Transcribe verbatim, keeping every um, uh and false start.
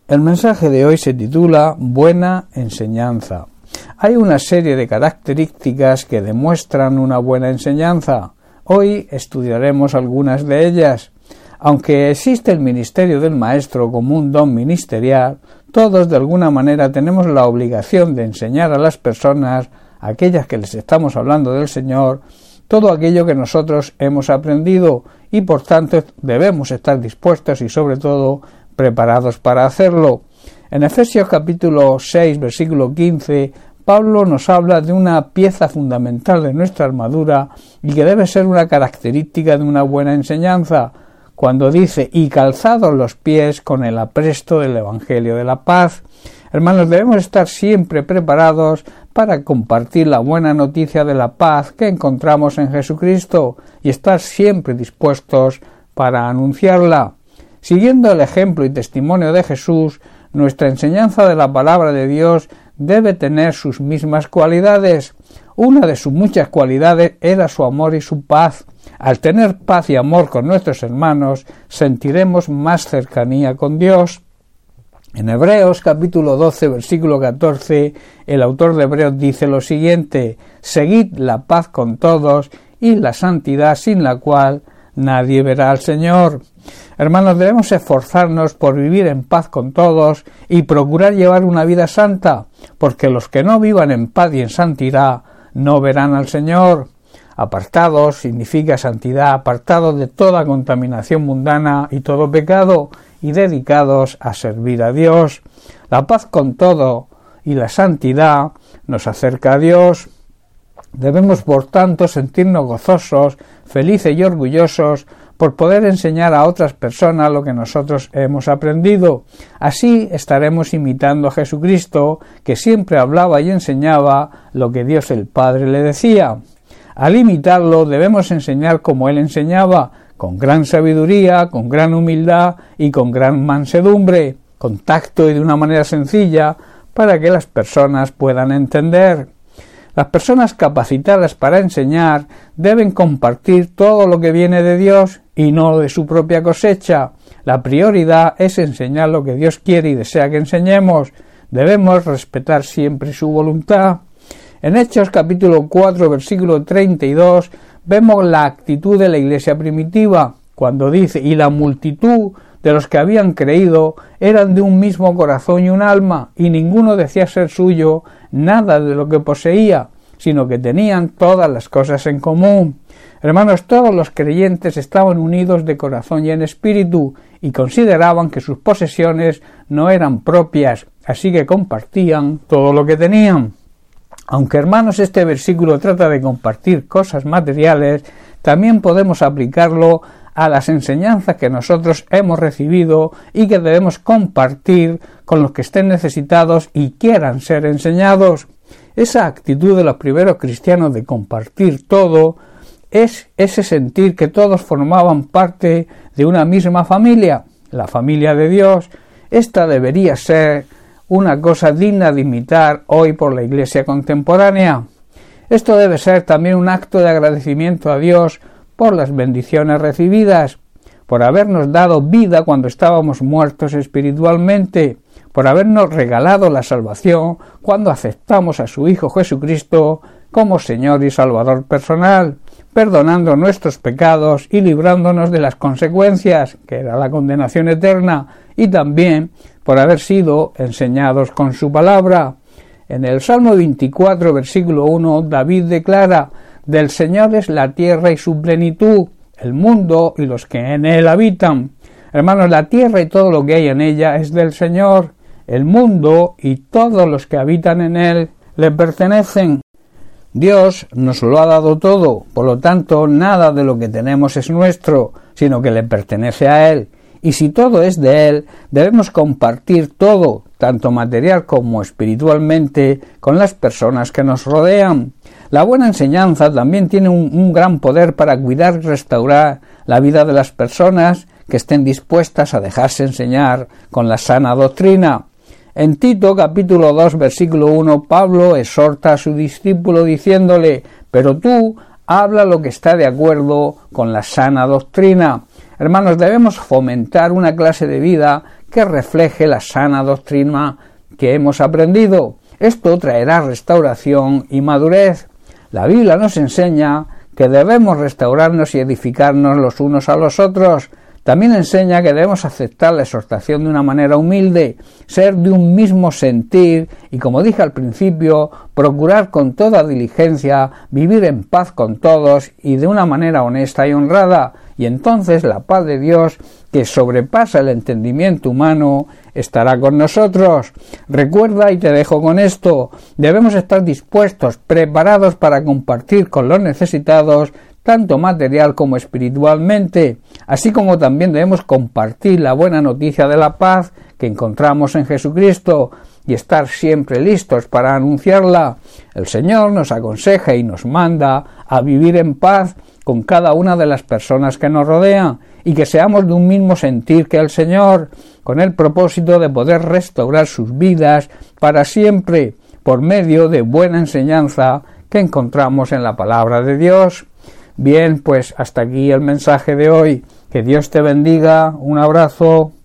El mensaje de hoy se titula Buena enseñanza. Hay una serie de características que demuestran una buena enseñanza. Hoy estudiaremos algunas de ellas. Aunque existe el ministerio del maestro como un don ministerial, todos de alguna manera tenemos la obligación de enseñar a las personas, a aquellas que les estamos hablando del Señor, todo aquello que nosotros hemos aprendido y por tanto debemos estar dispuestos y sobre todo preparados para hacerlo. En Efesios capítulo seis, versículo quince, Pablo nos habla de una pieza fundamental de nuestra armadura y que debe ser una característica de una buena enseñanza, cuando dice, y calzados los pies con el apresto del Evangelio de la paz. Hermanos, debemos estar siempre preparados para compartir la buena noticia de la paz que encontramos en Jesucristo y estar siempre dispuestos para anunciarla. Siguiendo el ejemplo y testimonio de Jesús, nuestra enseñanza de la palabra de Dios debe tener sus mismas cualidades. Una de sus muchas cualidades era su amor y su paz. Al tener paz y amor con nuestros hermanos, sentiremos más cercanía con Dios. En Hebreos capítulo doce, versículo catorce, el autor de Hebreos dice lo siguiente: seguid la paz con todos y la santidad sin la cual nadie verá al Señor. Hermanos, debemos esforzarnos por vivir en paz con todos y procurar llevar una vida santa, porque los que no vivan en paz y en santidad no verán al Señor. Apartados significa santidad, apartados de toda contaminación mundana y todo pecado y dedicados a servir a Dios. La paz con todo y la santidad nos acerca a Dios. Debemos, por tanto, sentirnos gozosos, felices y orgullosos por poder enseñar a otras personas lo que nosotros hemos aprendido. Así estaremos imitando a Jesucristo, que siempre hablaba y enseñaba lo que Dios el Padre le decía. Al imitarlo debemos enseñar como Él enseñaba, con gran sabiduría, con gran humildad y con gran mansedumbre, con tacto y de una manera sencilla, para que las personas puedan entender. Las personas capacitadas para enseñar deben compartir todo lo que viene de Dios y no de su propia cosecha. La prioridad es enseñar lo que Dios quiere y desea que enseñemos. Debemos respetar siempre su voluntad. En Hechos capítulo cuatro, versículo treinta y dos, vemos la actitud de la iglesia primitiva, cuando dice, y la multitud de los que habían creído eran de un mismo corazón y un alma, y ninguno decía ser suyo nada de lo que poseía, sino que tenían todas las cosas en común. Hermanos, todos los creyentes estaban unidos de corazón y en espíritu, y consideraban que sus posesiones no eran propias, así que compartían todo lo que tenían. Aunque, hermanos, este versículo trata de compartir cosas materiales, también podemos aplicarlo a las enseñanzas que nosotros hemos recibido y que debemos compartir con los que estén necesitados y quieran ser enseñados. Esa actitud de los primeros cristianos de compartir todo es ese sentir que todos formaban parte de una misma familia, la familia de Dios. Esta debería ser una cosa digna de imitar hoy por la Iglesia contemporánea. Esto debe ser también un acto de agradecimiento a Dios por las bendiciones recibidas, por habernos dado vida cuando estábamos muertos espiritualmente, por habernos regalado la salvación cuando aceptamos a su Hijo Jesucristo como Señor y Salvador personal, perdonando nuestros pecados y librándonos de las consecuencias, que era la condenación eterna, y también por haber sido enseñados con su palabra. En el Salmo veinticuatro, versículo uno, David declara: del Señor es la tierra y su plenitud, el mundo y los que en él habitan. Hermanos, la tierra y todo lo que hay en ella es del Señor. El mundo y todos los que habitan en él le pertenecen. Dios nos lo ha dado todo, por lo tanto, nada de lo que tenemos es nuestro, sino que le pertenece a Él. Y si todo es de Él, debemos compartir todo, tanto material como espiritualmente, con las personas que nos rodean. La buena enseñanza también tiene un, un gran poder para cuidar y restaurar la vida de las personas que estén dispuestas a dejarse enseñar con la sana doctrina. En Tito capítulo dos, versículo uno, Pablo exhorta a su discípulo diciéndole: pero tú habla lo que está de acuerdo con la sana doctrina. Hermanos, debemos fomentar una clase de vida que refleje la sana doctrina que hemos aprendido. Esto traerá restauración y madurez. La Biblia nos enseña que debemos restaurarnos y edificarnos los unos a los otros. También enseña que debemos aceptar la exhortación de una manera humilde, ser de un mismo sentir y, como dije al principio, procurar con toda diligencia vivir en paz con todos y de una manera honesta y honrada. Y entonces la paz de Dios, que sobrepasa el entendimiento humano, estará con nosotros. Recuerda, y te dejo con esto, debemos estar dispuestos, preparados para compartir con los necesitados, tanto material como espiritualmente, así como también debemos compartir la buena noticia de la paz que encontramos en Jesucristo y estar siempre listos para anunciarla. El Señor nos aconseja y nos manda a vivir en paz con cada una de las personas que nos rodean y que seamos de un mismo sentir que el Señor, con el propósito de poder restaurar sus vidas para siempre por medio de buena enseñanza que encontramos en la palabra de Dios. Bien, pues hasta aquí el mensaje de hoy. Que Dios te bendiga. Un abrazo.